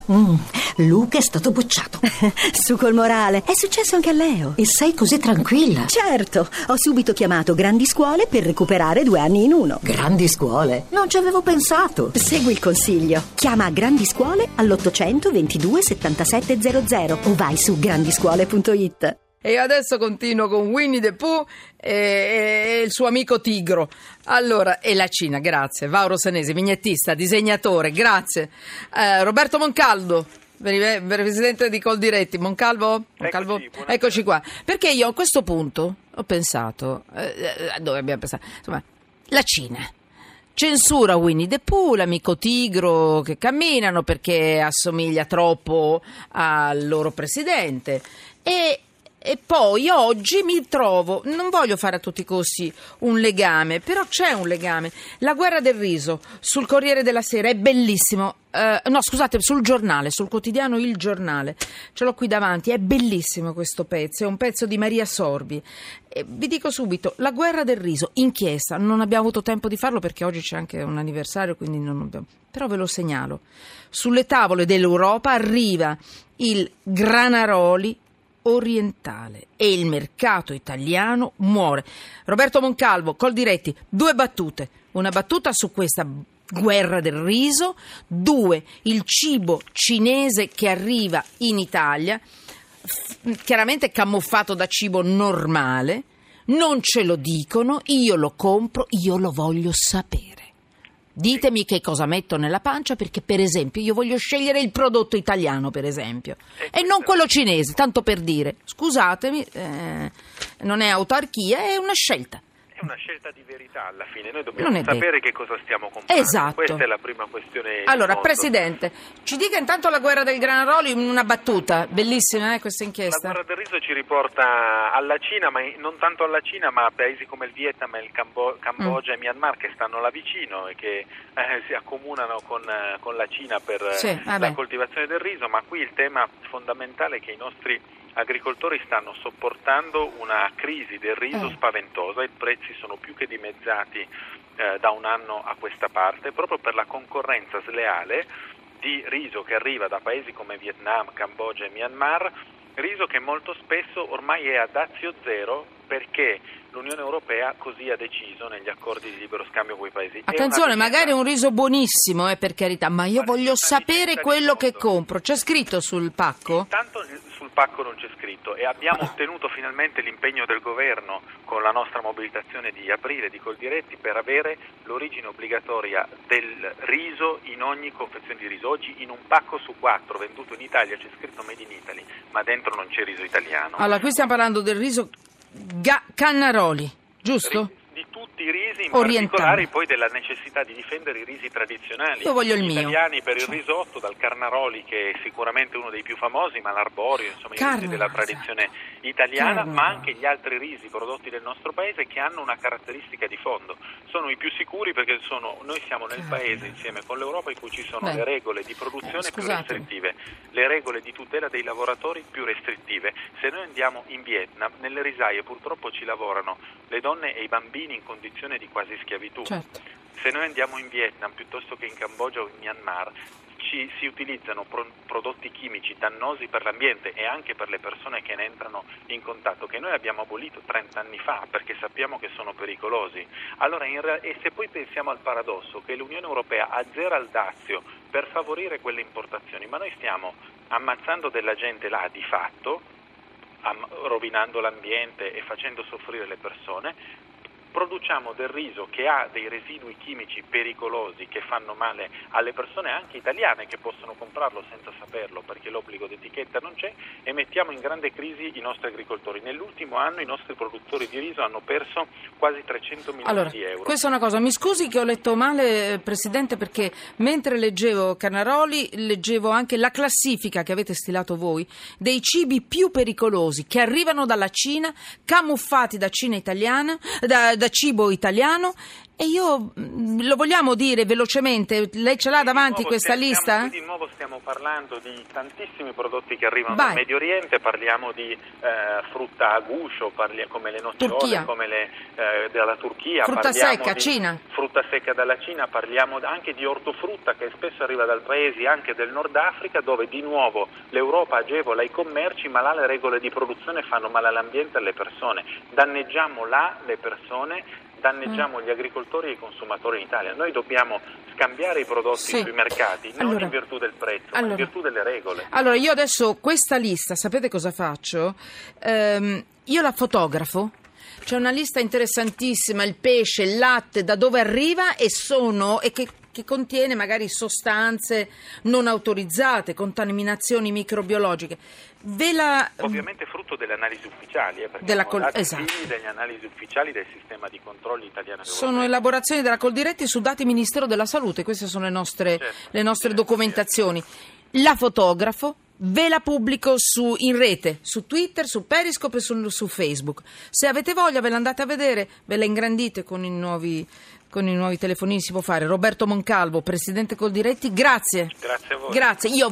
Luca è stato bocciato. Su col morale. È successo anche a Leo. E sei così tranquilla? Certo, ho subito chiamato Grandi Scuole per recuperare 2 anni in uno. Grandi Scuole? Non ci avevo pensato. Segui il consiglio. Chiama Grandi Scuole all'800 22 77 00 o vai su grandiscuole.it. E adesso continuo con Winnie the Pooh e il suo amico Tigro. Allora, e la Cina, grazie. Vauro Senesi, vignettista, disegnatore, grazie. Roberto Moncaldo, presidente di Coldiretti. Moncalvo? Eccoci qua. Perché io a questo punto ho pensato, dove abbiamo pensato? Insomma, la Cina censura Winnie the Pooh, l'amico tigro che camminano perché assomiglia troppo al loro presidente. E poi oggi mi trovo, non voglio fare a tutti i costi un legame, però c'è un legame. La guerra del riso sul Corriere della Sera è bellissimo. Sul giornale, sul quotidiano Il Giornale. Ce l'ho qui davanti, è bellissimo questo pezzo, è un pezzo di Maria Sorbi. E vi dico subito, la guerra del riso, inchiesta, non abbiamo avuto tempo di farlo perché oggi c'è anche un anniversario, quindi non abbiamo... Però ve lo segnalo. Sulle tavole dell'Europa arriva il Granaroli orientale e il mercato italiano muore. Roberto Moncalvo, Coldiretti, 2 battute. Una battuta su questa guerra del riso, 2, il cibo cinese che arriva in Italia, chiaramente camuffato da cibo normale, non ce lo dicono, io lo compro, io lo voglio sapere. Ditemi che cosa metto nella pancia perché, per esempio, io voglio scegliere il prodotto italiano, per esempio, e non quello cinese, tanto per dire. Scusatemi, non è autarchia, è una scelta. È una scelta di verità alla fine, noi dobbiamo sapere che cosa stiamo comprando. Esatto. Questa è la prima questione. Allora, Presidente, ci dica intanto la guerra del Granaroli in una battuta, bellissima questa inchiesta. La guerra del riso ci riporta alla Cina, ma non tanto alla Cina, ma a paesi come il Vietnam, il Cambogia e Myanmar che stanno là vicino e che si accomunano con la Cina per la coltivazione del riso, ma qui il tema fondamentale è che i nostri agricoltori stanno sopportando una crisi del riso spaventosa, i prezzi sono più che dimezzati da un anno a questa parte, proprio per la concorrenza sleale di riso che arriva da paesi come Vietnam, Cambogia e Myanmar, riso che molto spesso ormai è a dazio zero perché l'Unione Europea così ha deciso negli accordi di libero scambio con i paesi. Attenzione, magari un riso buonissimo, per carità, ma io voglio sapere quello che compro. C'è scritto sul pacco? Intanto sul pacco non c'è scritto e abbiamo ottenuto finalmente l'impegno del governo con la nostra mobilitazione di aprile di Coldiretti per avere l'origine obbligatoria del riso in ogni confezione di riso. Oggi in un pacco su 4 venduto in Italia c'è scritto Made in Italy, ma dentro non c'è riso italiano. Allora, qui stiamo parlando del riso Cannaroli, giusto? Di tutti i risi, in orientale. Particolare poi della necessità di difendere i risi tradizionali. Io voglio il Gli mio. italiani per il risotto, dal Carnaroli che è sicuramente uno dei più famosi, ma l'Arborio, insomma i risi della tradizione italiana, ma anche gli altri risi prodotti del nostro paese che hanno una caratteristica di fondo. Sono i più sicuri perché noi siamo nel paese insieme con l'Europa in cui ci sono le regole di produzione più restrittive, le regole di tutela dei lavoratori più restrittive. Se noi andiamo in Vietnam, nelle risaie purtroppo ci lavorano le donne e i bambini in condizione di quasi schiavitù. Certo. Se noi andiamo in Vietnam piuttosto che in Cambogia o in Myanmar si utilizzano prodotti chimici dannosi per l'ambiente e anche per le persone che ne entrano in contatto, che noi abbiamo abolito 30 anni fa perché sappiamo che sono pericolosi. Allora, e se poi pensiamo al paradosso che l'Unione Europea azzera il dazio per favorire quelle importazioni, ma noi stiamo ammazzando della gente là di fatto, rovinando l'ambiente e facendo soffrire le persone, produciamo del riso che ha dei residui chimici pericolosi che fanno male alle persone anche italiane che possono comprarlo senza saperlo perché l'obbligo d'etichetta non c'è e mettiamo in grande crisi i nostri agricoltori. Nell'ultimo anno i nostri produttori di riso hanno perso quasi 300 milioni di euro. Questa è una cosa, mi scusi che ho letto male, Presidente, perché mentre leggevo Cannaroli leggevo anche la classifica che avete stilato voi dei cibi più pericolosi che arrivano dalla Cina, camuffati da Cina italiana, da cibo italiano E io lo vogliamo dire velocemente? Lei ce l'ha davanti questa lista? Di nuovo stiamo parlando di tantissimi prodotti che arrivano Vai. dal Medio Oriente, parliamo di frutta a guscio, come le nocciole, Turchia. come della Turchia, Frutta parliamo secca, di Cina. frutta secca dalla Cina, parliamo anche di ortofrutta che spesso arriva dai paesi anche del Nord Africa, dove di nuovo l'Europa agevola i commerci, ma là le regole di produzione fanno male all'ambiente e alle persone. Danneggiamo là le persone, danneggiamo gli agricoltori e i consumatori in Italia. Noi dobbiamo scambiare i prodotti sui mercati, non in virtù del prezzo, ma in virtù delle regole. Allora, io adesso questa lista, sapete cosa faccio? Io la fotografo. C'è una lista interessantissima, il pesce, il latte, da dove arriva e che contiene magari sostanze non autorizzate, contaminazioni microbiologiche. Ovviamente frutto delle analisi ufficiali, perché esatto. degli analisi ufficiali del sistema di controlli italiano. Sono elaborazioni della Coldiretti su dati Ministero della Salute, queste sono le nostre documentazioni. La fotografo, ve la pubblico in rete, su Twitter, su Periscope e su Facebook. Se avete voglia ve la andate a vedere, ve la ingrandite con i nuovi telefonini, si può fare. Roberto Moncalvo, presidente Coldiretti, grazie. Grazie a voi. Grazie.